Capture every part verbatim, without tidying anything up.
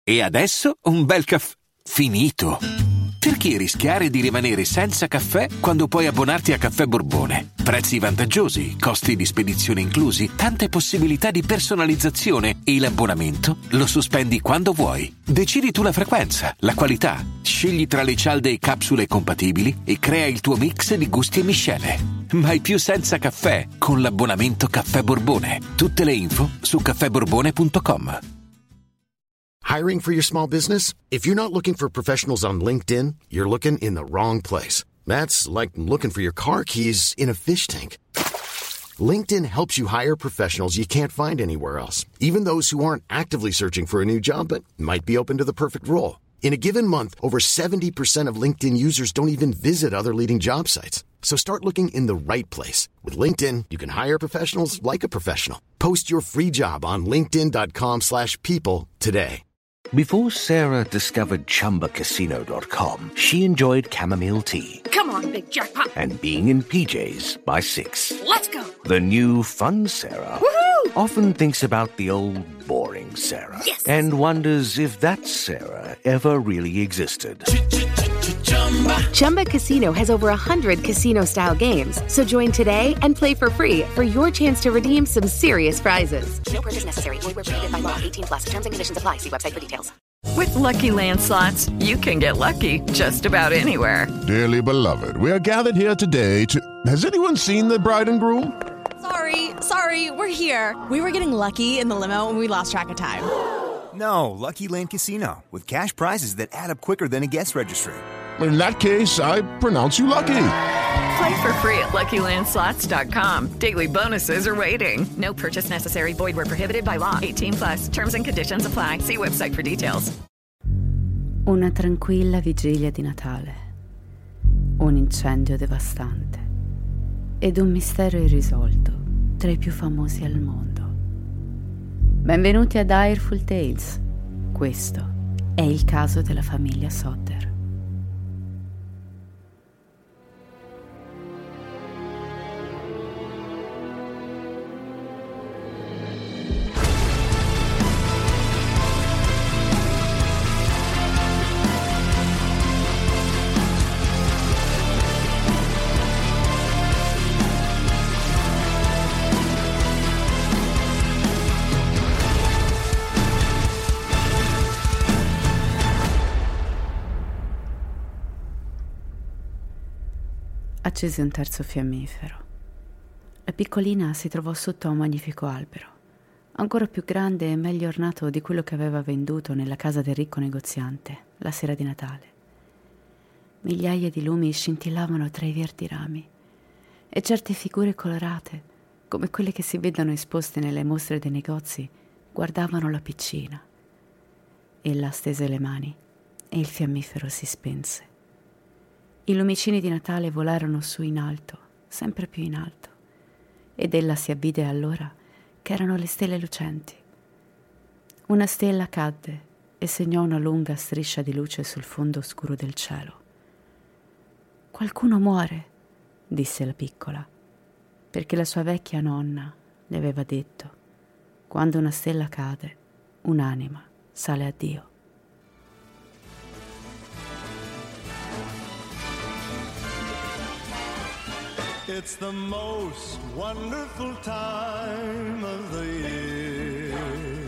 E adesso un bel caffè finito. Perché rischiare di rimanere senza caffè quando puoi abbonarti a Caffè Borbone? Prezzi vantaggiosi, costi di spedizione inclusi, tante possibilità di personalizzazione e l'abbonamento lo sospendi quando vuoi. Decidi tu la frequenza, la qualità, scegli tra le cialde e capsule compatibili e crea il tuo mix di gusti e miscele. Mai più senza caffè con l'abbonamento Caffè Borbone. Tutte le info su caffè borbone punto com. Hiring for your small business? If you're not looking for professionals on LinkedIn, you're looking in the wrong place. That's like looking for your car keys in a fish tank. LinkedIn helps you hire professionals you can't find anywhere else, even those who aren't actively searching for a new job but might be open to the perfect role. In a given month, over seventy percent of LinkedIn users don't even visit other leading job sites. So start looking in the right place. With LinkedIn, you can hire professionals like a professional. Post your free job on linkedin dot com slash people today. Before Sarah discovered Chumba Casino dot com, she enjoyed chamomile tea. Come on, big jackpot. And being in P Js by six. Let's go. The new fun Sarah Woohoo! often thinks about the old boring Sarah. Yes. And wonders if that Sarah ever really existed. Chumba Casino has over one hundred casino-style games. So join today and play for free for your chance to redeem some serious prizes. No purchase necessary. Void where prohibited by law. eighteen plus. Terms and conditions apply. See website for details. With Lucky Land Slots, you can get lucky just about anywhere. Dearly beloved, we are gathered here today to... Has anyone seen the bride and groom? Sorry, sorry, we're here. We were getting lucky in the limo and we lost track of time. No, Lucky Land Casino, with cash prizes that add up quicker than a guest registry. In that case, I pronounce you lucky. Play for free at lucky land slots dot com. Daily bonuses are waiting. No purchase necessary. Void where prohibited by law. eighteen plus. Terms and conditions apply. See website for details. Una tranquilla vigilia di Natale. Un incendio devastante. Ed un mistero irrisolto tra i più famosi al mondo. Benvenuti a Direful Tales. Questo è il caso della famiglia Sodder. Accese un terzo fiammifero. La piccolina si trovò sotto a un magnifico albero, ancora più grande e meglio ornato di quello che aveva venduto nella casa del ricco negoziante la sera di Natale. Migliaia di lumi scintillavano tra i verdi rami e certe figure colorate, come quelle che si vedono esposte nelle mostre dei negozi, guardavano la piccina. Ella stese le mani e il fiammifero si spense. I lumicini di Natale volarono su in alto, sempre più in alto, ed ella si avvide allora che erano le stelle lucenti. Una stella cadde e segnò una lunga striscia di luce sul fondo scuro del cielo. «Qualcuno muore», disse la piccola, perché la sua vecchia nonna le aveva detto: «Quando una stella cade, un'anima sale a Dio». It's the most wonderful time of the year.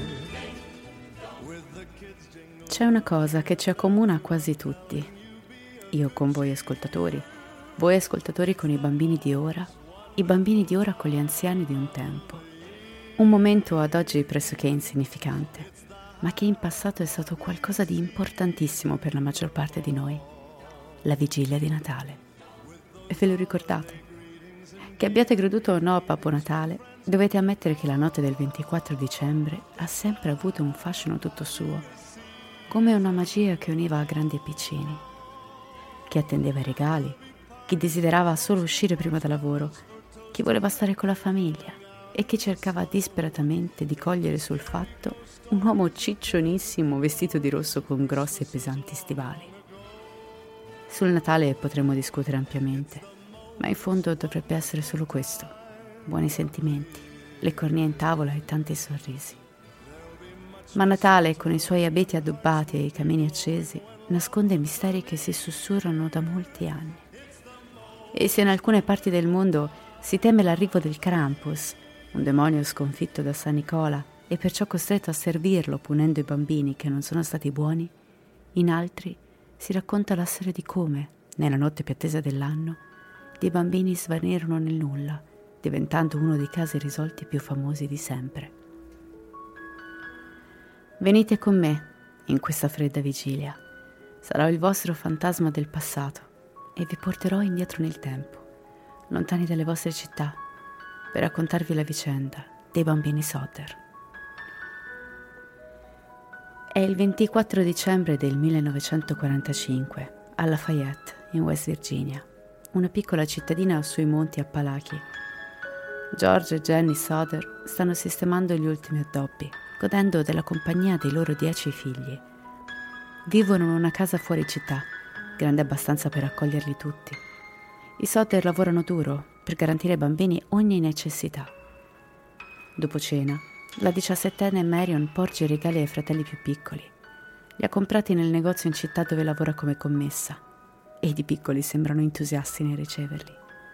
C'è una cosa che ci accomuna quasi tutti. Io con voi ascoltatori, voi ascoltatori con i bambini di ora, i bambini di ora con gli anziani di un tempo. Un momento ad oggi pressoché insignificante, ma che in passato è stato qualcosa di importantissimo per la maggior parte di noi. La vigilia di Natale. E ve lo ricordate? Che abbiate creduto o no a Babbo Natale, dovete ammettere che la notte del ventiquattro dicembre ha sempre avuto un fascino tutto suo, come una magia che univa grandi e piccini. Chi attendeva i regali, chi desiderava solo uscire prima da lavoro, chi voleva stare con la famiglia e chi cercava disperatamente di cogliere sul fatto un uomo ciccionissimo vestito di rosso con grossi e pesanti stivali. Sul Natale potremmo discutere ampiamente, ma in fondo dovrebbe essere solo questo: buoni sentimenti, le cornie in tavola e tanti sorrisi. Ma Natale, con i suoi abeti addobbati e i camini accesi, nasconde misteri che si sussurrano da molti anni. E se in alcune parti del mondo si teme l'arrivo del Krampus, un demonio sconfitto da San Nicola e perciò costretto a servirlo punendo i bambini che non sono stati buoni, in altri si racconta la storia di come, nella notte più attesa dell'anno, dei bambini svanirono nel nulla, diventando uno dei casi risolti più famosi di sempre. Venite con me in questa fredda vigilia. Sarò il vostro fantasma del passato e vi porterò indietro nel tempo, lontani dalle vostre città, per raccontarvi la vicenda dei bambini Sodder. È il ventiquattro dicembre del millenovecentoquarantacinque a Lafayette, in West Virginia, una piccola cittadina sui monti Appalachi. George e Jenny Sodder stanno sistemando gli ultimi addobbi, godendo della compagnia dei loro dieci figli. Vivono in una casa fuori città, grande abbastanza per accoglierli tutti. I Sodder lavorano duro per garantire ai bambini ogni necessità. Dopo cena, la diciassettenne Marion porge i regali ai fratelli più piccoli. Li ha comprati nel negozio in città dove lavora come commessa e i piccoli sembrano entusiasti nel riceverli.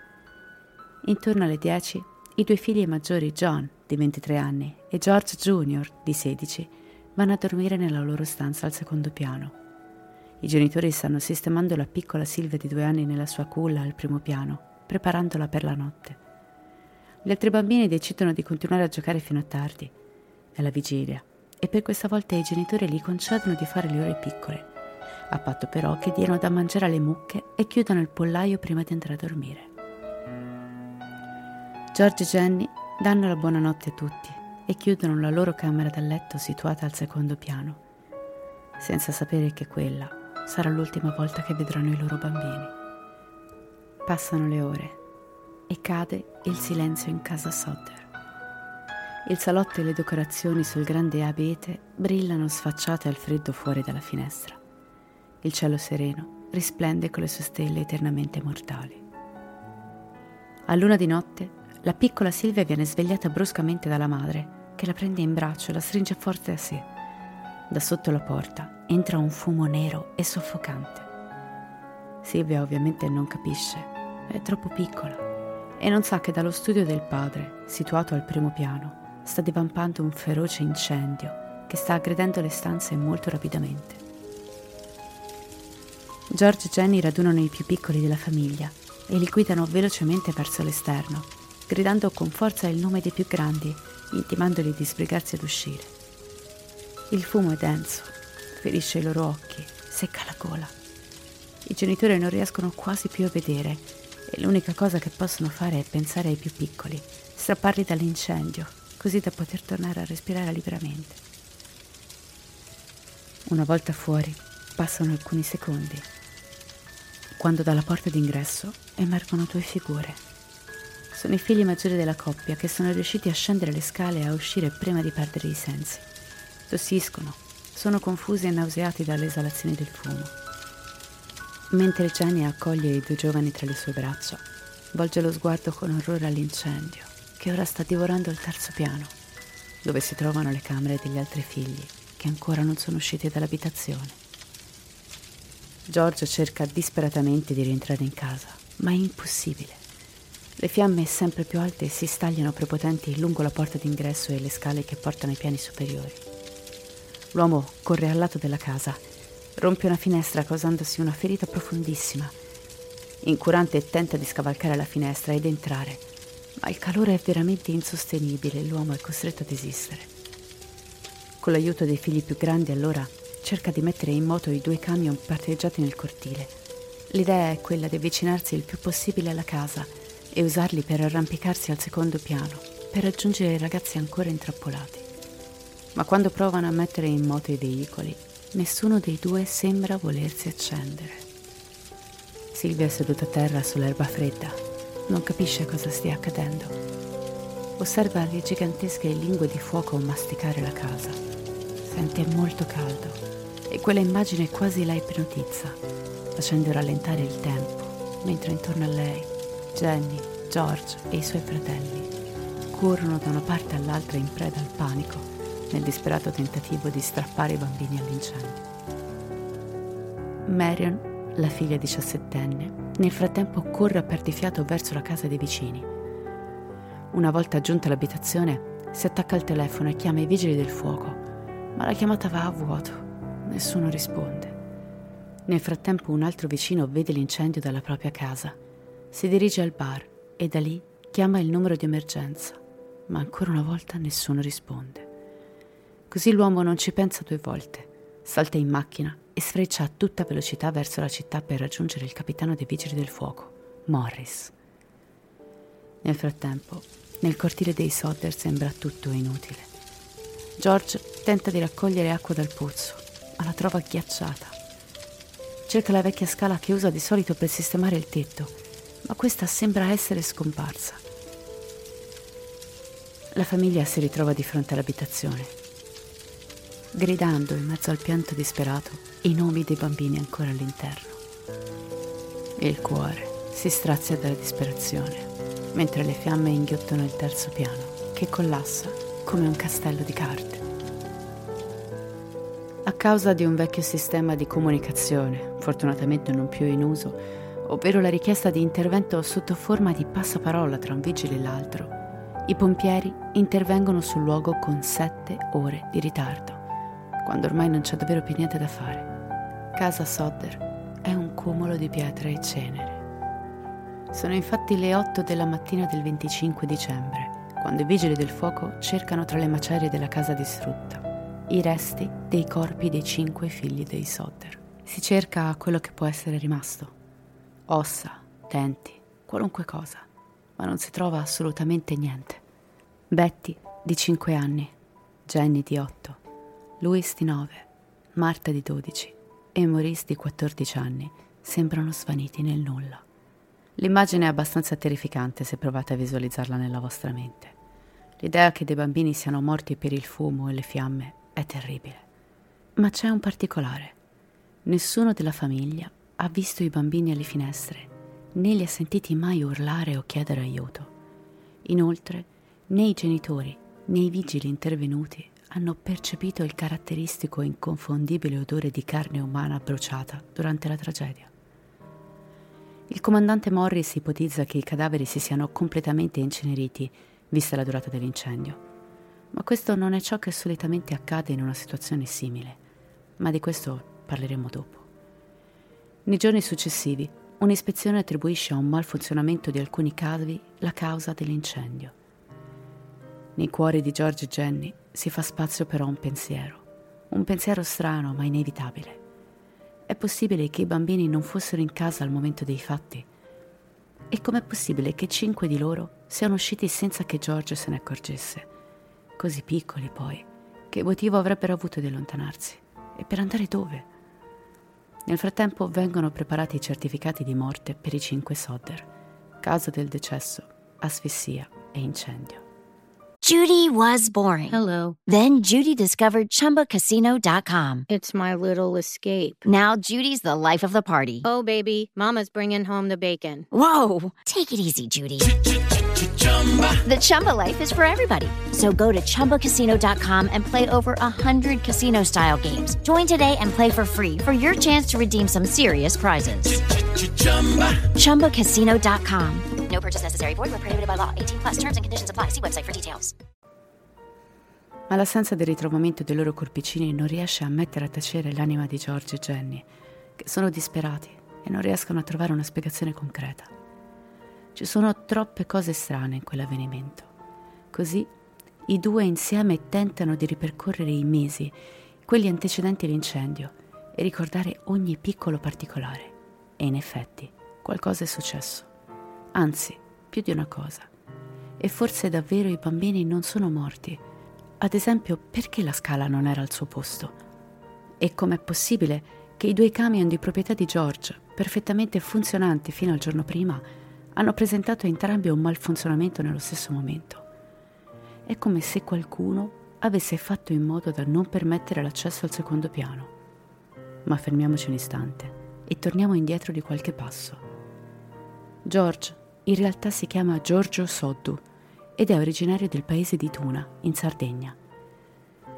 Intorno alle dieci, i due figli maggiori, John, di ventitré anni, e George Junior, di sedici, vanno a dormire nella loro stanza al secondo piano. I genitori stanno sistemando la piccola Sylvia di due anni nella sua culla al primo piano, preparandola per la notte. Gli altri bambini decidono di continuare a giocare fino a tardi. È la vigilia e per questa volta i genitori gli concedono di fare le ore piccole, a patto però che diano da mangiare alle mucche e chiudano il pollaio prima di andare a dormire. George e Jenny danno la buonanotte a tutti e chiudono la loro camera da letto situata al secondo piano, senza sapere che quella sarà l'ultima volta che vedranno i loro bambini. Passano le ore e cade il silenzio in casa Sodder. Il salotto e le decorazioni sul grande abete brillano sfacciate al freddo fuori dalla finestra. Il cielo sereno risplende con le sue stelle eternamente mortali. A luna di notte, la piccola Sylvia viene svegliata bruscamente dalla madre, che la prende in braccio e la stringe forte a sé. Da sotto la porta entra un fumo nero e soffocante. Sylvia ovviamente non capisce, è troppo piccola, e non sa che dallo studio del padre, situato al primo piano, sta divampando un feroce incendio che sta aggredendo le stanze molto rapidamente. George e Jenny radunano i più piccoli della famiglia e li guidano velocemente verso l'esterno, gridando con forza il nome dei più grandi, intimandoli di sbrigarsi ad uscire. Il fumo è denso, ferisce i loro occhi, secca la gola. I genitori non riescono quasi più a vedere e l'unica cosa che possono fare è pensare ai più piccoli, strapparli dall'incendio, così da poter tornare a respirare liberamente. Una volta fuori, passano alcuni secondi, quando dalla porta d'ingresso emergono due figure. Sono i figli maggiori della coppia che sono riusciti a scendere le scale e a uscire prima di perdere i sensi. Tossiscono, sono confusi e nauseati dalle esalazioni del fumo. Mentre Jenny accoglie i due giovani tra le sue braccia, volge lo sguardo con orrore all'incendio che ora sta divorando il terzo piano, dove si trovano le camere degli altri figli che ancora non sono usciti dall'abitazione. George cerca disperatamente di rientrare in casa, ma è impossibile. Le fiamme sempre più alte si stagliano prepotenti lungo la porta d'ingresso e le scale che portano ai piani superiori. L'uomo corre al lato della casa, rompe una finestra causandosi una ferita profondissima. Incurante tenta di scavalcare la finestra ed entrare, ma il calore è veramente insostenibile e l'uomo è costretto a desistere. Con l'aiuto dei figli più grandi, allora, cerca di mettere in moto i due camion parcheggiati nel cortile. L'idea è quella di avvicinarsi il più possibile alla casa e usarli per arrampicarsi al secondo piano, per raggiungere i ragazzi ancora intrappolati. Ma quando provano a mettere in moto i veicoli, nessuno dei due sembra volersi accendere. Sylvia è seduta a terra sull'erba fredda, non capisce cosa stia accadendo. Osserva le gigantesche lingue di fuoco masticare la casa. Sente molto caldo e quella immagine quasi la ipnotizza, facendo rallentare il tempo, mentre intorno a lei Jenny, George e i suoi fratelli corrono da una parte all'altra in preda al panico, nel disperato tentativo di strappare i bambini all'incendio. Marion, la figlia diciassettenne, nel frattempo corre a perdifiato verso la casa dei vicini. Una volta giunta all'abitazione, si attacca al telefono e chiama i vigili del fuoco, ma la chiamata va a vuoto, nessuno risponde. Nel frattempo un altro vicino vede l'incendio dalla propria casa, si dirige al bar e da lì chiama il numero di emergenza, ma ancora una volta nessuno risponde. Così l'uomo non ci pensa due volte, salta in macchina e sfreccia a tutta velocità verso la città per raggiungere il capitano dei vigili del fuoco, Morris. Nel frattempo, nel cortile dei Sodder sembra tutto inutile. George tenta di raccogliere acqua dal pozzo, ma la trova ghiacciata. Cerca la vecchia scala che usa di solito per sistemare il tetto, ma questa sembra essere scomparsa. La famiglia si ritrova di fronte all'abitazione, gridando in mezzo al pianto disperato i nomi dei bambini ancora all'interno. Il cuore si strazia dalla disperazione, mentre le fiamme inghiottano il terzo piano, che collassa come un castello di carte. A causa di un vecchio sistema di comunicazione, fortunatamente non più in uso, ovvero la richiesta di intervento sotto forma di passaparola tra un vigile e l'altro, i pompieri intervengono sul luogo con sette ore di ritardo, quando ormai non c'è davvero più niente da fare. Casa Sodder è un cumulo di pietre e cenere. Sono infatti le otto della mattina del venticinque dicembre, quando i vigili del fuoco cercano tra le macerie della casa distrutta i resti dei corpi dei cinque figli dei Sodder. Si cerca quello che può essere rimasto: ossa, denti, qualunque cosa, ma non si trova assolutamente niente. Betty, di cinque anni, Jenny, di otto, Louis, di nove, Marta, di dodici e Maurice, di quattordici anni, sembrano svaniti nel nulla. L'immagine è abbastanza terrificante se provate a visualizzarla nella vostra mente. L'idea che dei bambini siano morti per il fumo e le fiamme è terribile. Ma c'è un particolare. Nessuno della famiglia ha visto i bambini alle finestre, né li ha sentiti mai urlare o chiedere aiuto. Inoltre, né i genitori né i vigili intervenuti hanno percepito il caratteristico e inconfondibile odore di carne umana bruciata durante la tragedia. Il comandante Morris ipotizza che i cadaveri si siano completamente inceneriti, vista la durata dell'incendio. Ma questo non è ciò che solitamente accade in una situazione simile, ma di questo parleremo dopo. Nei giorni successivi, un'ispezione attribuisce a un malfunzionamento di alcuni cavi la causa dell'incendio. Nei cuori di George e Jenny si fa spazio però un pensiero, un pensiero strano ma inevitabile. È possibile che i bambini non fossero in casa al momento dei fatti? E com'è possibile che cinque di loro siano usciti senza che George se ne accorgesse? Così piccoli poi, che motivo avrebbero avuto di allontanarsi? E per andare dove? Nel frattempo vengono preparati i certificati di morte per i cinque Sodder. Causa del decesso, asfissia e incendio. Judy was boring. Hello. Then Judy discovered Chumba Casino dot com. It's my little escape. Now Judy's the life of the party. Oh, baby, mama's bringing home the bacon. Whoa, take it easy, Judy. The Chumba life is for everybody. So go to Chumba Casino dot com and play over one hundred casino-style games. Join today and play for free for your chance to redeem some serious prizes. Chumba Casino dot com. No purchase necessary. Void where prohibited by law. eighteen plus terms and conditions apply. See website for details. Ma l'assenza del ritrovamento dei loro corpicini non riesce a mettere a tacere l'anima di George e Jenny, che sono disperati e non riescono a trovare una spiegazione concreta. Ci sono troppe cose strane in quell'avvenimento. Così i due insieme tentano di ripercorrere i mesi, quelli antecedenti all'incendio, e ricordare ogni piccolo particolare. E in effetti qualcosa è successo. Anzi, più di una cosa. E forse davvero i bambini non sono morti. Ad esempio, perché la scala non era al suo posto? E com'è possibile che i due camion di proprietà di George, perfettamente funzionanti fino al giorno prima, hanno presentato entrambi un malfunzionamento nello stesso momento? È come se qualcuno avesse fatto in modo da non permettere l'accesso al secondo piano. Ma fermiamoci un istante e torniamo indietro di qualche passo. George in realtà si chiama Giorgio Soddu ed è originario del paese di Tuna, in Sardegna.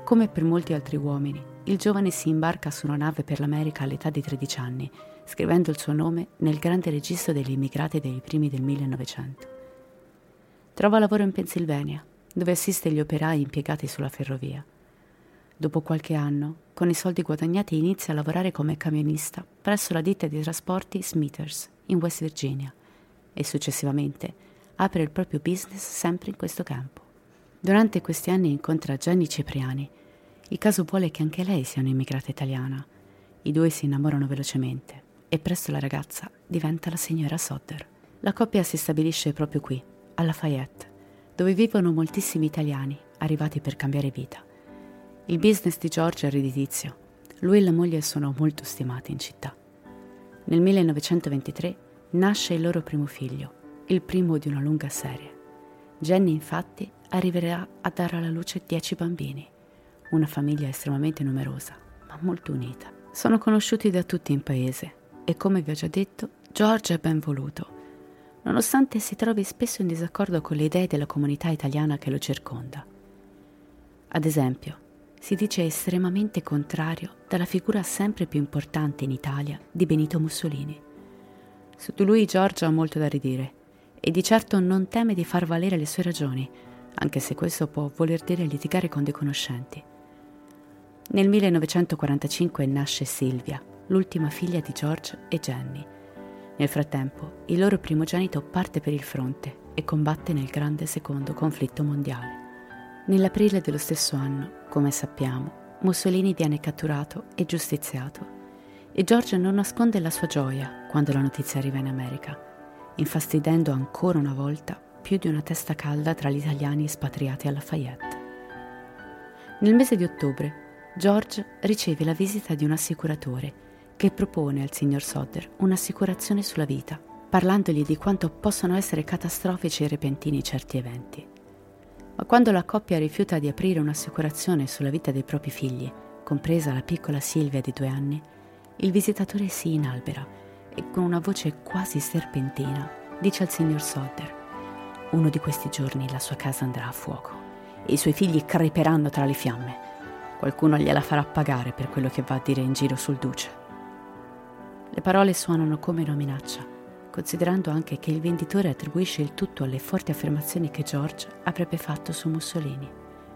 Come per molti altri uomini, il giovane si imbarca su una nave per l'America all'età di tredici anni, scrivendo il suo nome nel grande registro degli immigrati dei primi del millenovecento. Trova lavoro in Pennsylvania, dove assiste gli operai impiegati sulla ferrovia. Dopo qualche anno, con i soldi guadagnati inizia a lavorare come camionista presso la ditta di trasporti Smithers, in West Virginia, e successivamente apre il proprio business sempre in questo campo. Durante questi anni incontra Jenny Cipriani. Il caso vuole che anche lei sia un'immigrata italiana. I due si innamorano velocemente e presto la ragazza diventa la signora Sodder. La coppia si stabilisce proprio qui, a Lafayette, dove vivono moltissimi italiani arrivati per cambiare vita. Il business di George è redditizio. Lui e la moglie sono molto stimati in città. Nel millenovecentoventitré nasce il loro primo figlio, il primo di una lunga serie. Jenny, infatti, arriverà a dare alla luce dieci bambini, una famiglia estremamente numerosa, ma molto unita. Sono conosciuti da tutti in paese e, come vi ho già detto, George è ben voluto, nonostante si trovi spesso in disaccordo con le idee della comunità italiana che lo circonda. Ad esempio, si dice estremamente contrario dalla figura sempre più importante in Italia di Benito Mussolini. Su di lui George ha molto da ridire e di certo non teme di far valere le sue ragioni, anche se questo può voler dire litigare con dei conoscenti. Nel millenovecentoquarantacinque nasce Silvia, l'ultima figlia di George e Jenny. Nel frattempo, il loro primogenito parte per il fronte e combatte nel grande secondo conflitto mondiale. Nell'aprile dello stesso anno, come sappiamo, Mussolini viene catturato e giustiziato e George non nasconde la sua gioia quando la notizia arriva in America, infastidendo ancora una volta più di una testa calda tra gli italiani espatriati a Lafayette. Nel mese di ottobre, George riceve la visita di un assicuratore che propone al signor Sodder un'assicurazione sulla vita, parlandogli di quanto possono essere catastrofici e repentini certi eventi. Ma quando la coppia rifiuta di aprire un'assicurazione sulla vita dei propri figli, compresa la piccola Silvia di due anni, il visitatore si inalbera e con una voce quasi serpentina dice al signor Sodder: uno di questi giorni la sua casa andrà a fuoco e i suoi figli creperanno tra le fiamme. Qualcuno gliela farà pagare per quello che va a dire in giro sul duce. Le parole suonano come una minaccia, considerando anche che il venditore attribuisce il tutto alle forti affermazioni che George avrebbe fatto su Mussolini.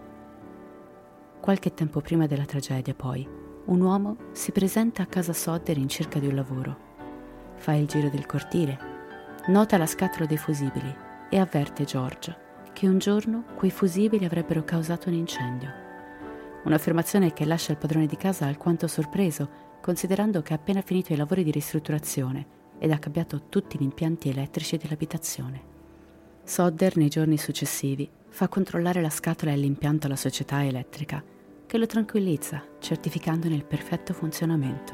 Qualche tempo prima della tragedia, poi, un uomo si presenta a casa Sodder in cerca di un lavoro. Fa il giro del cortile, nota la scatola dei fusibili e avverte George che un giorno quei fusibili avrebbero causato un incendio. Un'affermazione che lascia il padrone di casa alquanto sorpreso, considerando che ha appena finito i lavori di ristrutturazione ed ha cambiato tutti gli impianti elettrici dell'abitazione. Sodder, nei giorni successivi, fa controllare la scatola e l'impianto alla società elettrica, che lo tranquillizza, certificandone il perfetto funzionamento.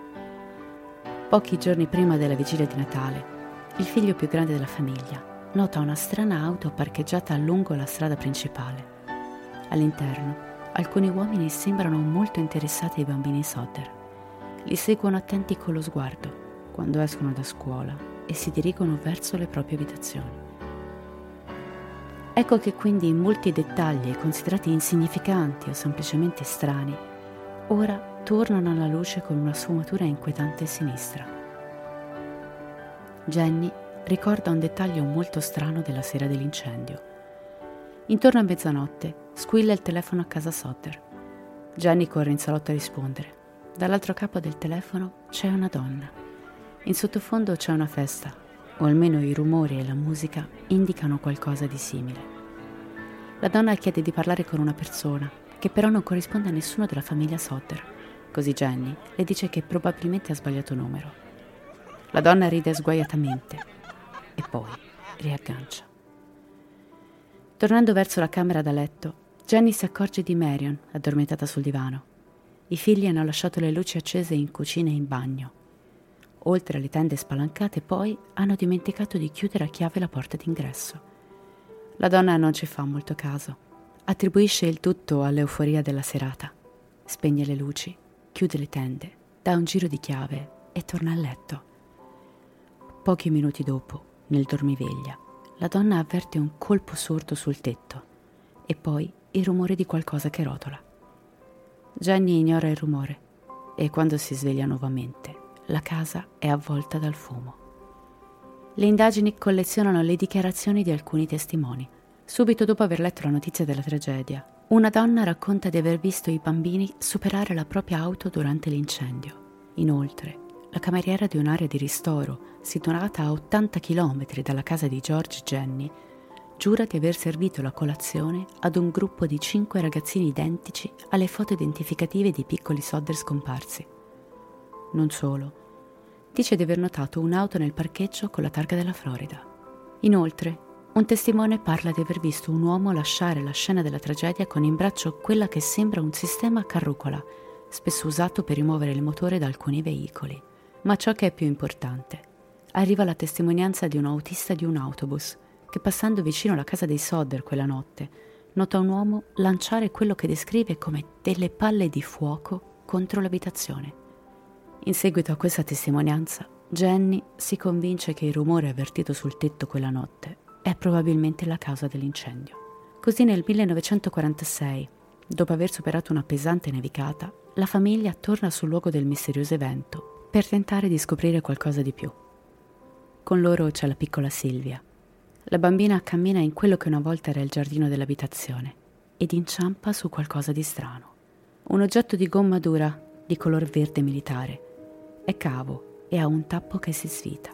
Pochi giorni prima della vigilia di Natale, il figlio più grande della famiglia nota una strana auto parcheggiata lungo la strada principale. All'interno, alcuni uomini sembrano molto interessati ai bambini Sodder. Li seguono attenti con lo sguardo quando escono da scuola e si dirigono verso le proprie abitazioni. Ecco che quindi molti dettagli considerati insignificanti o semplicemente strani ora tornano alla luce con una sfumatura inquietante e sinistra. Jenny ricorda un dettaglio molto strano della sera dell'incendio. Intorno a mezzanotte squilla il telefono a casa Sodder. Jenny corre in salotto a rispondere. Dall'altro capo del telefono c'è una donna. In sottofondo c'è una festa, o almeno i rumori e la musica indicano qualcosa di simile. La donna chiede di parlare con una persona, che però non corrisponde a nessuno della famiglia Sodder. Così Jenny le dice che probabilmente ha sbagliato numero. La donna ride sguaiatamente e poi riaggancia. Tornando verso la camera da letto, Jenny si accorge di Marion addormentata sul divano. I figli hanno lasciato le luci accese in cucina e in bagno. Oltre alle tende spalancate, poi, hanno dimenticato di chiudere a chiave la porta d'ingresso. La donna non ci fa molto caso. Attribuisce il tutto all'euforia della serata. Spegne le luci, chiude le tende, dà un giro di chiave e torna a letto. Pochi minuti dopo, nel dormiveglia, la donna avverte un colpo sordo sul tetto e poi il rumore di qualcosa che rotola. Jenny ignora il rumore e quando si sveglia nuovamente, la casa è avvolta dal fumo. Le indagini collezionano le dichiarazioni di alcuni testimoni. Subito dopo aver letto la notizia della tragedia, una donna racconta di aver visto i bambini superare la propria auto durante l'incendio. Inoltre, la cameriera di un'area di ristoro, situata a ottanta chilometri dalla casa di George Jenny, giura di aver servito la colazione ad un gruppo di cinque ragazzini identici alle foto identificative di piccoli Sodder scomparsi. Non solo, dice di aver notato un'auto nel parcheggio con la targa della Florida. Inoltre, un testimone parla di aver visto un uomo lasciare la scena della tragedia con in braccio quella che sembra un sistema a carrucola, spesso usato per rimuovere il motore da alcuni veicoli. Ma ciò che è più importante, arriva la testimonianza di un autista di un autobus che, passando vicino alla casa dei Sodder quella notte, nota un uomo lanciare quello che descrive come delle palle di fuoco contro l'abitazione. In seguito a questa testimonianza, Jenny si convince che il rumore avvertito sul tetto quella notte è probabilmente la causa dell'incendio. Così nel millenovecentoquarantasei, dopo aver superato una pesante nevicata, la famiglia torna sul luogo del misterioso evento per tentare di scoprire qualcosa di più. Con loro c'è la piccola Sylvia. La bambina cammina in quello che una volta era il giardino dell'abitazione ed inciampa su qualcosa di strano. Un oggetto di gomma dura di color verde militare. È cavo e ha un tappo che si svita.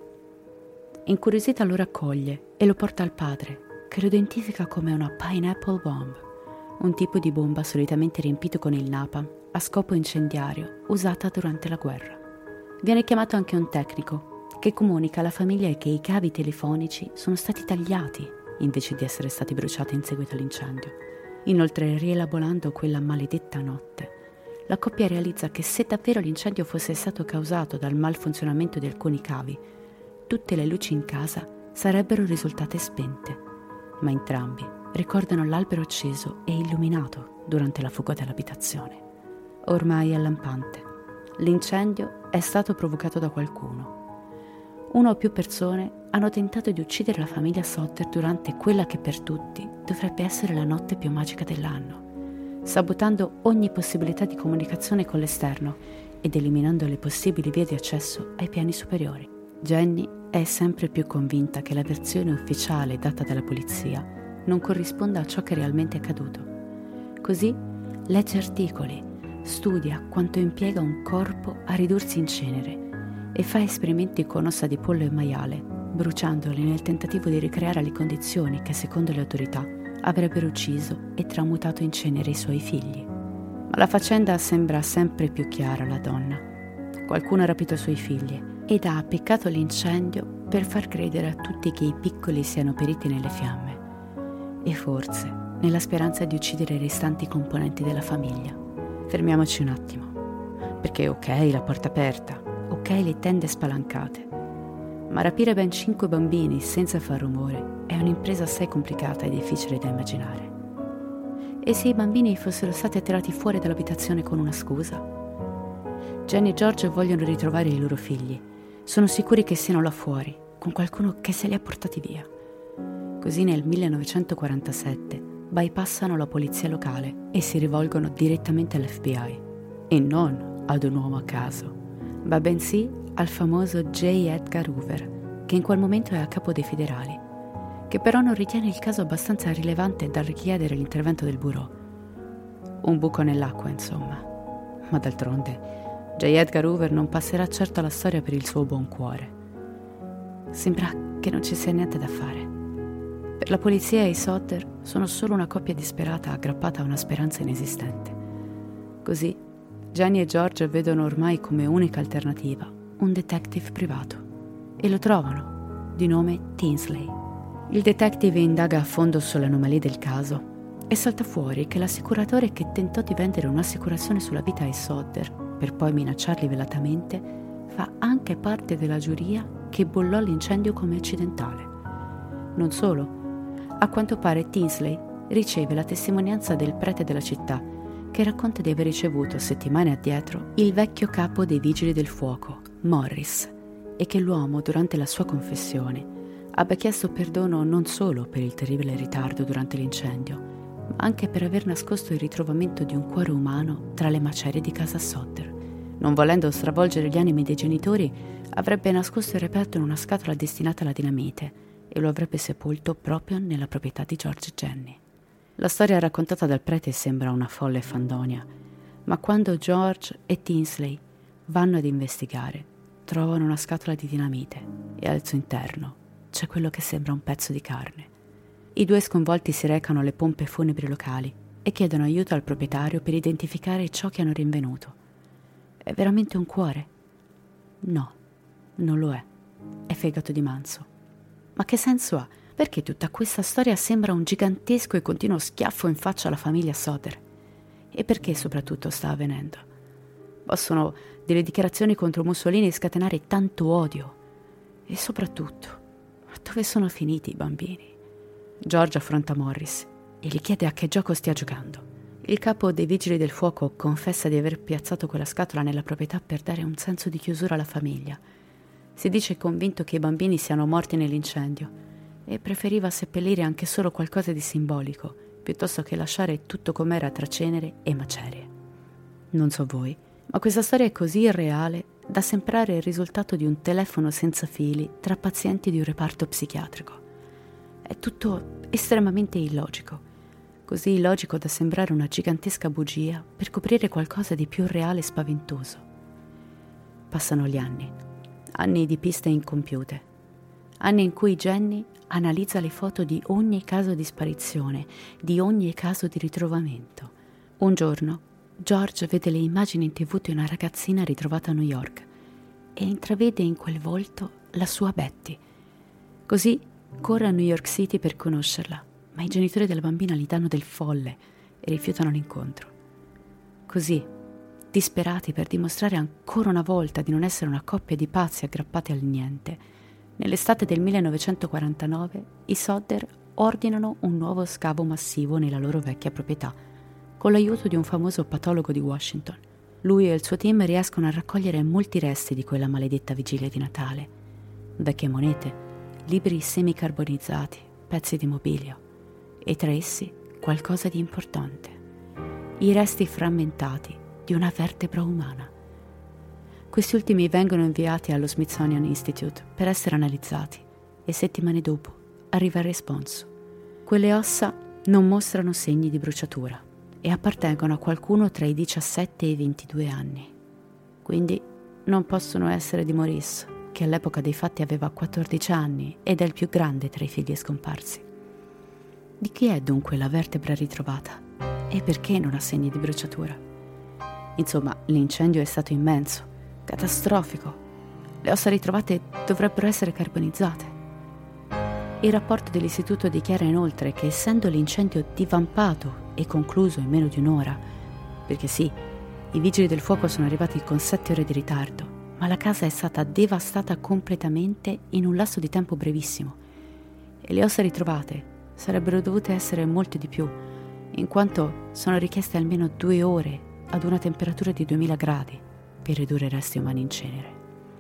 Incuriosita lo raccoglie e lo porta al padre, che lo identifica come una pineapple bomb, un tipo di bomba solitamente riempito con il napalm a scopo incendiario usata durante la guerra. Viene chiamato anche un tecnico che comunica alla famiglia che i cavi telefonici sono stati tagliati invece di essere stati bruciati in seguito all'incendio. Inoltre, rielaborando quella maledetta notte, la coppia realizza che se davvero l'incendio fosse stato causato dal malfunzionamento di alcuni cavi, tutte le luci in casa sarebbero risultate spente, ma entrambi ricordano l'albero acceso e illuminato durante la fuga dall'abitazione. Ormai è lampante. L'incendio è stato provocato da qualcuno. Una o più persone hanno tentato di uccidere la famiglia Sodder durante quella che per tutti dovrebbe essere la notte più magica dell'anno, sabotando ogni possibilità di comunicazione con l'esterno ed eliminando le possibili vie di accesso ai piani superiori. Jenny è sempre più convinta che la versione ufficiale data dalla polizia non corrisponda a ciò che realmente è accaduto. Così legge articoli, studia quanto impiega un corpo a ridursi in cenere e fa esperimenti con ossa di pollo e maiale, bruciandoli nel tentativo di ricreare le condizioni che, secondo le autorità, avrebbero ucciso e tramutato in cenere i suoi figli. Ma la faccenda sembra sempre più chiara alla donna. Qualcuno ha rapito i suoi figli ed ha appiccato l'incendio per far credere a tutti che i piccoli siano periti nelle fiamme e forse nella speranza di uccidere i restanti componenti della famiglia. Fermiamoci un attimo, perché ok la porta aperta, ok le tende spalancate, ma rapire ben cinque bambini senza far rumore è un'impresa assai complicata e difficile da immaginare. E se i bambini fossero stati attirati fuori dall'abitazione con una scusa? Jenny e George vogliono ritrovare i loro figli. Sono sicuri che siano là fuori, con qualcuno che se li ha portati via. Così nel millenovecentoquarantasette bypassano la polizia locale e si rivolgono direttamente all'F B I. E non ad un uomo a caso, ma bensì al famoso J. Edgar Hoover, che in quel momento è a capo dei federali, che però non ritiene il caso abbastanza rilevante da richiedere l'intervento del bureau. Un buco nell'acqua, insomma. Ma d'altronde J. Edgar Hoover non passerà certo alla storia per il suo buon cuore. Sembra che non ci sia niente da fare. Per la polizia i Sodder sono solo una coppia disperata aggrappata a una speranza inesistente. Così Jenny e George vedono ormai come unica alternativa un detective privato e lo trovano, di nome Tinsley. Il detective indaga a fondo sulle anomalie del caso e salta fuori che l'assicuratore che tentò di vendere un'assicurazione sulla vita ai Sodder per poi minacciarli velatamente fa anche parte della giuria che bollò l'incendio come accidentale. Non solo, a quanto pare Tinsley riceve la testimonianza del prete della città che racconta di aver ricevuto settimane addietro il vecchio capo dei vigili del fuoco, Morris, e che l'uomo durante la sua confessione abbia chiesto perdono non solo per il terribile ritardo durante l'incendio, ma anche per aver nascosto il ritrovamento di un cuore umano tra le macerie di casa Sodder. Non volendo stravolgere gli animi dei genitori, avrebbe nascosto il reperto in una scatola destinata alla dinamite e lo avrebbe sepolto proprio nella proprietà di George e Jenny. La storia raccontata dal prete sembra una folle fandonia, ma quando George e Tinsley vanno ad investigare, trovano una scatola di dinamite e al suo interno c'è quello che sembra un pezzo di carne. I due sconvolti si recano alle pompe funebri locali e chiedono aiuto al proprietario per identificare ciò che hanno rinvenuto. È veramente un cuore? No, non lo è. È fegato di manzo. Ma che senso ha? Perché tutta questa storia sembra un gigantesco e continuo schiaffo in faccia alla famiglia Sodder? E perché soprattutto sta avvenendo? Possono delle dichiarazioni contro Mussolini scatenare tanto odio? E soprattutto, dove sono finiti i bambini? George affronta Morris e gli chiede a che gioco stia giocando. Il capo dei vigili del fuoco confessa di aver piazzato quella scatola nella proprietà per dare un senso di chiusura alla famiglia. Si dice convinto che i bambini siano morti nell'incendio e preferiva seppellire anche solo qualcosa di simbolico piuttosto che lasciare tutto com'era tra cenere e macerie. Non so voi, ma questa storia è così irreale da sembrare il risultato di un telefono senza fili tra pazienti di un reparto psichiatrico. È tutto estremamente illogico. Così illogico da sembrare una gigantesca bugia per coprire qualcosa di più reale e spaventoso. Passano gli anni, anni di piste incompiute, anni in cui Jenny analizza le foto di ogni caso di sparizione, di ogni caso di ritrovamento. Un giorno George vede le immagini in tv di una ragazzina ritrovata a New York e intravede in quel volto la sua Betty. Così corre a New York City per conoscerla, ma i genitori della bambina gli danno del folle e rifiutano l'incontro. Così, disperati per dimostrare ancora una volta di non essere una coppia di pazzi aggrappati al niente, nell'estate del millenovecentoquarantanove i Sodder ordinano un nuovo scavo massivo nella loro vecchia proprietà, con l'aiuto di un famoso patologo di Washington. Lui e il suo team riescono a raccogliere molti resti di quella maledetta vigilia di Natale. Vecchie monete, libri semicarbonizzati, pezzi di mobilio e tra essi qualcosa di importante. I resti frammentati di una vertebra umana. Questi ultimi vengono inviati allo Smithsonian Institute per essere analizzati e settimane dopo arriva il responso. Quelle ossa non mostrano segni di bruciatura e appartengono a qualcuno tra i diciassette e i ventidue anni. Quindi non possono essere di Maurice, che all'epoca dei fatti aveva quattordici anni ed è il più grande tra i figli scomparsi. Di chi è dunque la vertebra ritrovata? E perché non ha segni di bruciatura? Insomma, l'incendio è stato immenso, catastrofico. Le ossa ritrovate dovrebbero essere carbonizzate. Il rapporto dell'istituto dichiara inoltre che essendo l'incendio divampato e concluso in meno di un'ora, perché sì, i vigili del fuoco sono arrivati con sette ore di ritardo, ma la casa è stata devastata completamente in un lasso di tempo brevissimo e le ossa ritrovate sarebbero dovute essere molte di più, in quanto sono richieste almeno due ore ad una temperatura di duemila gradi per ridurre i resti umani in cenere.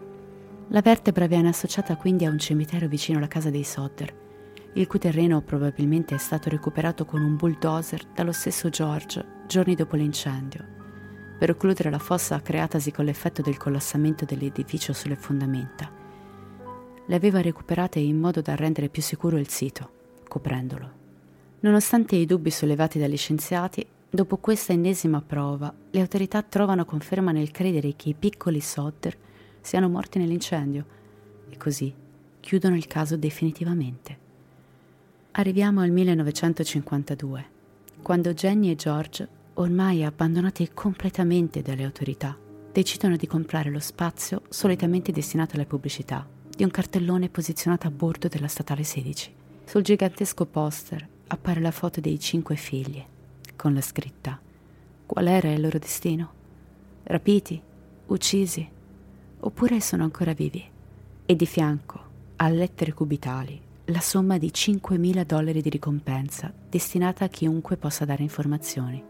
La vertebra viene associata quindi a un cimitero vicino alla casa dei Sodder, il cui terreno probabilmente è stato recuperato con un bulldozer dallo stesso George giorni dopo l'incendio, per occludere la fossa creatasi con l'effetto del collassamento dell'edificio sulle fondamenta. Le aveva recuperate in modo da rendere più sicuro il sito, coprendolo. Nonostante i dubbi sollevati dagli scienziati, dopo questa ennesima prova, le autorità trovano conferma nel credere che i piccoli Sodder siano morti nell'incendio e così chiudono il caso definitivamente. Arriviamo al millenovecentocinquantadue, quando Jenny e George, ormai abbandonati completamente dalle autorità, decidono di comprare lo spazio solitamente destinato alla pubblicità di un cartellone posizionato a bordo della statale sedici. Sul gigantesco poster appare la foto dei cinque figli, con la scritta: qual era il loro destino? Rapiti? Uccisi? Oppure sono ancora vivi? E di fianco, a lettere cubitali, la somma di cinquemila dollari di ricompensa destinata a chiunque possa dare informazioni.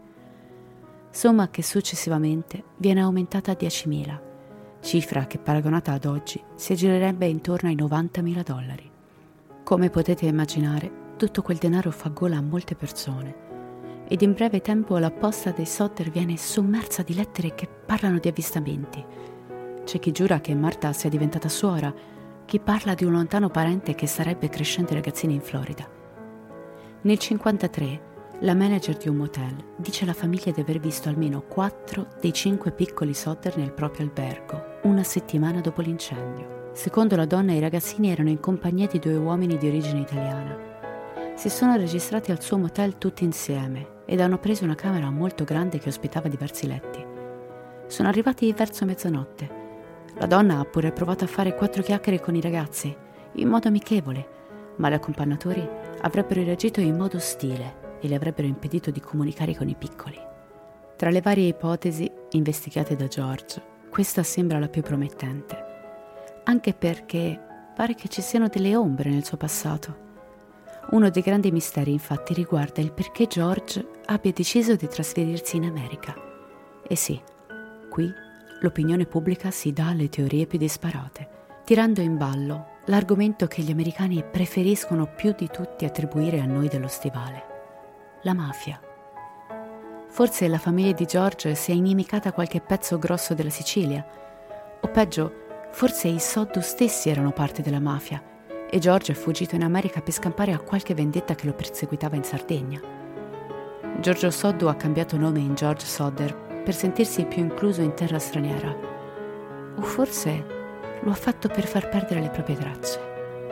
Somma che successivamente viene aumentata a diecimila, cifra che paragonata ad oggi si aggirerebbe intorno ai novantamila dollari. Come potete immaginare, tutto quel denaro fa gola a molte persone ed in breve tempo la posta dei Sodder viene sommersa di lettere che parlano di avvistamenti. C'è chi giura che Marta sia diventata suora, chi parla di un lontano parente che starebbe crescendo i ragazzini in Florida. Nel cinquantatré la manager di un motel dice alla famiglia di aver visto almeno quattro dei cinque piccoli Sodder nel proprio albergo, una settimana dopo l'incendio. Secondo la donna, i ragazzini erano in compagnia di due uomini di origine italiana. Si sono registrati al suo motel tutti insieme ed hanno preso una camera molto grande che ospitava diversi letti. Sono arrivati verso mezzanotte. La donna ha pure provato a fare quattro chiacchiere con i ragazzi, in modo amichevole, ma gli accompagnatori avrebbero reagito in modo ostile e le avrebbero impedito di comunicare con i piccoli. Tra le varie ipotesi investigate da George, questa sembra la più promettente, anche perché pare che ci siano delle ombre nel suo passato. Uno dei grandi misteri, infatti, riguarda il perché George abbia deciso di trasferirsi in America. E sì, qui l'opinione pubblica si dà alle teorie più disparate, tirando in ballo l'argomento che gli americani preferiscono più di tutti attribuire a noi dello stivale: la mafia. Forse la famiglia di George si è inimicata qualche pezzo grosso della Sicilia, o peggio, forse i Soddu stessi erano parte della mafia e George è fuggito in America per scampare a qualche vendetta che lo perseguitava in Sardegna. Giorgio Soddu ha cambiato nome in George Sodder per sentirsi più incluso in terra straniera, o forse lo ha fatto per far perdere le proprie tracce.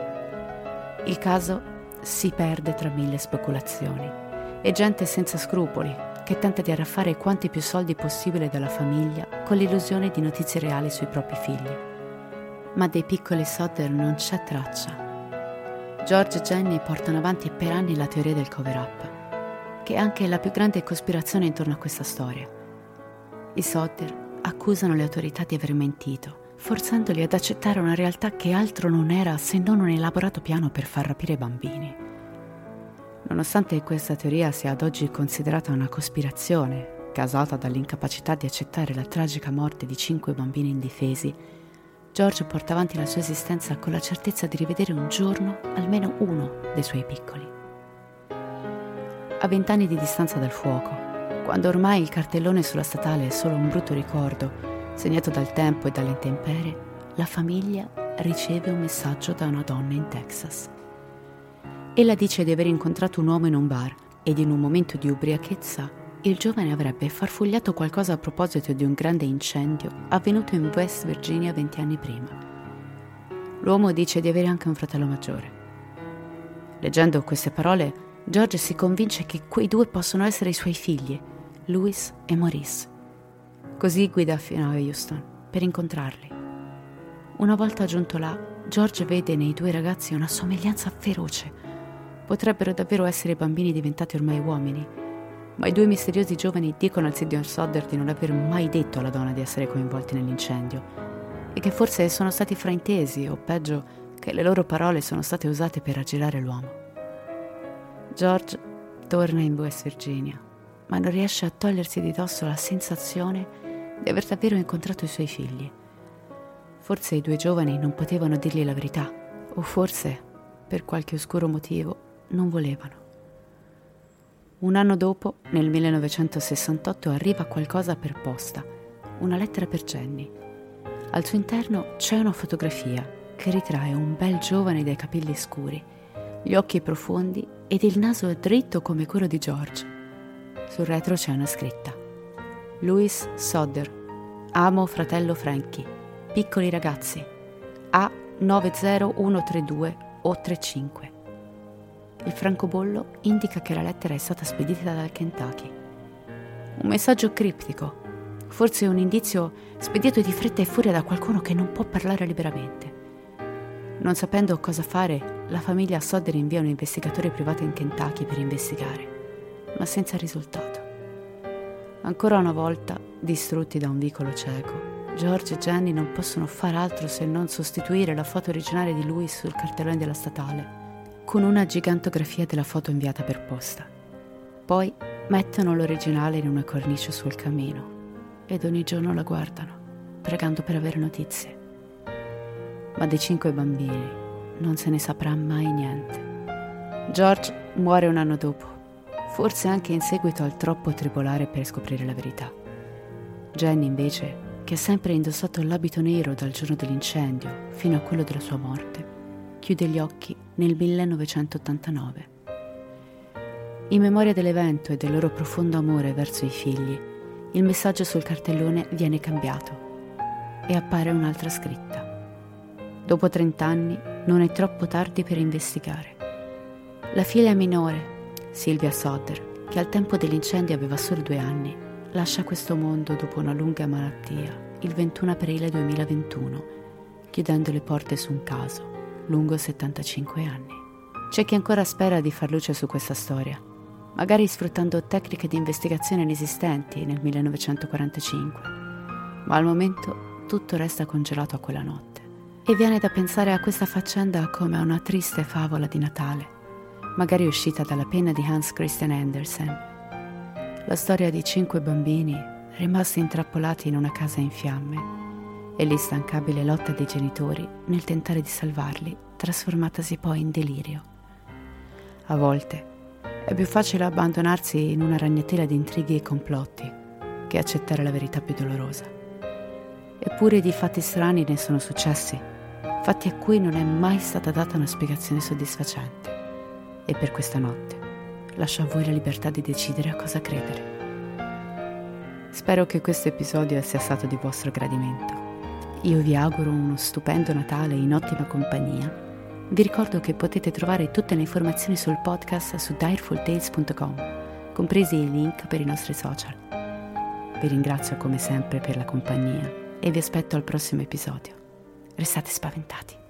Il caso si perde tra mille speculazioni e gente senza scrupoli che tenta di arraffare quanti più soldi possibile dalla famiglia con l'illusione di notizie reali sui propri figli. Ma dei piccoli Sodder non c'è traccia. George e Jenny portano avanti per anni la teoria del cover-up, che è anche la più grande cospirazione intorno a questa storia. I Sodder accusano le autorità di aver mentito, forzandoli ad accettare una realtà che altro non era se non un elaborato piano per far rapire bambini. Nonostante questa teoria sia ad oggi considerata una cospirazione, causata dall'incapacità di accettare la tragica morte di cinque bambini indifesi, George porta avanti la sua esistenza con la certezza di rivedere un giorno almeno uno dei suoi piccoli. A vent'anni di distanza dal fuoco, quando ormai il cartellone sulla statale è solo un brutto ricordo, segnato dal tempo e dalle intemperie, la famiglia riceve un messaggio da una donna in Texas. Ella dice di aver incontrato un uomo in un bar ed in un momento di ubriachezza il giovane avrebbe farfugliato qualcosa a proposito di un grande incendio avvenuto in West Virginia venti anni prima. L'uomo dice di avere anche un fratello maggiore. Leggendo queste parole, George si convince che quei due possono essere i suoi figli, Louis e Maurice. Così guida fino a Houston per incontrarli. Una volta giunto là, George vede nei due ragazzi una somiglianza feroce. Potrebbero davvero essere bambini diventati ormai uomini, ma i due misteriosi giovani dicono al signor Sodder di non aver mai detto alla donna di essere coinvolti nell'incendio e che forse sono stati fraintesi, o peggio, che le loro parole sono state usate per aggirare l'uomo. George torna in West Virginia, ma non riesce a togliersi di dosso la sensazione di aver davvero incontrato i suoi figli. Forse i due giovani non potevano dirgli la verità, o forse, per qualche oscuro motivo, non volevano. Un anno dopo, nel millenovecentosessantotto, arriva qualcosa per posta, una lettera per Jenny. Al suo interno c'è una fotografia che ritrae un bel giovane dai capelli scuri, gli occhi profondi ed il naso dritto come quello di George. Sul retro c'è una scritta: Louis Sodder, amo fratello Frankie, piccoli ragazzi, A nove zero uno tre due o trentacinque. Il francobollo indica che la lettera è stata spedita dal Kentucky. Un messaggio criptico, forse un indizio spedito di fretta e furia da qualcuno che non può parlare liberamente. Non sapendo cosa fare, la famiglia Sodder invia un investigatore privato in Kentucky per investigare, ma senza risultato. Ancora una volta, distrutti da un vicolo cieco, George e Jenny non possono far altro se non sostituire la foto originale di Louis sul cartellone della statale con una gigantografia della foto inviata per posta. Poi mettono l'originale in una cornice sul camino ed ogni giorno la guardano, pregando per avere notizie. Ma dei cinque bambini non se ne saprà mai niente. George muore un anno dopo forse anche in seguito al troppo tribolare per scoprire la verità. Jenny, invece, che ha sempre indossato l'abito nero dal giorno dell'incendio fino a quello della sua morte, chiude gli occhi nel millenovecentottantanove. In memoria dell'evento e del loro profondo amore verso i figli, il messaggio sul cartellone viene cambiato e appare un'altra scritta. Dopo trent'anni non è troppo tardi per investigare. La figlia minore, Sylvia Sodder, che al tempo dell'incendio aveva solo due anni, lascia questo mondo dopo una lunga malattia il ventuno aprile duemilaventuno, chiudendo le porte su un caso lungo settantacinque anni. C'è chi ancora spera di far luce su questa storia, magari sfruttando tecniche di investigazione inesistenti nel millenovecentoquarantacinque, ma al momento tutto resta congelato a quella notte. E viene da pensare a questa faccenda come a una triste favola di Natale, magari uscita dalla penna di Hans Christian Andersen. La storia di cinque bambini rimasti intrappolati in una casa in fiamme e l'instancabile lotta dei genitori nel tentare di salvarli, trasformatasi poi in delirio. A volte è più facile abbandonarsi in una ragnatela di intrighi e complotti che accettare la verità più dolorosa. Eppure di fatti strani ne sono successi, fatti a cui non è mai stata data una spiegazione soddisfacente. E per questa notte lascio a voi la libertà di decidere a cosa credere. Spero che questo episodio sia stato di vostro gradimento. Io vi auguro uno stupendo Natale in ottima compagnia. Vi ricordo che potete trovare tutte le informazioni sul podcast su direful tales punto com, compresi i link per i nostri social. Vi ringrazio come sempre per la compagnia e vi aspetto al prossimo episodio. Restate spaventati.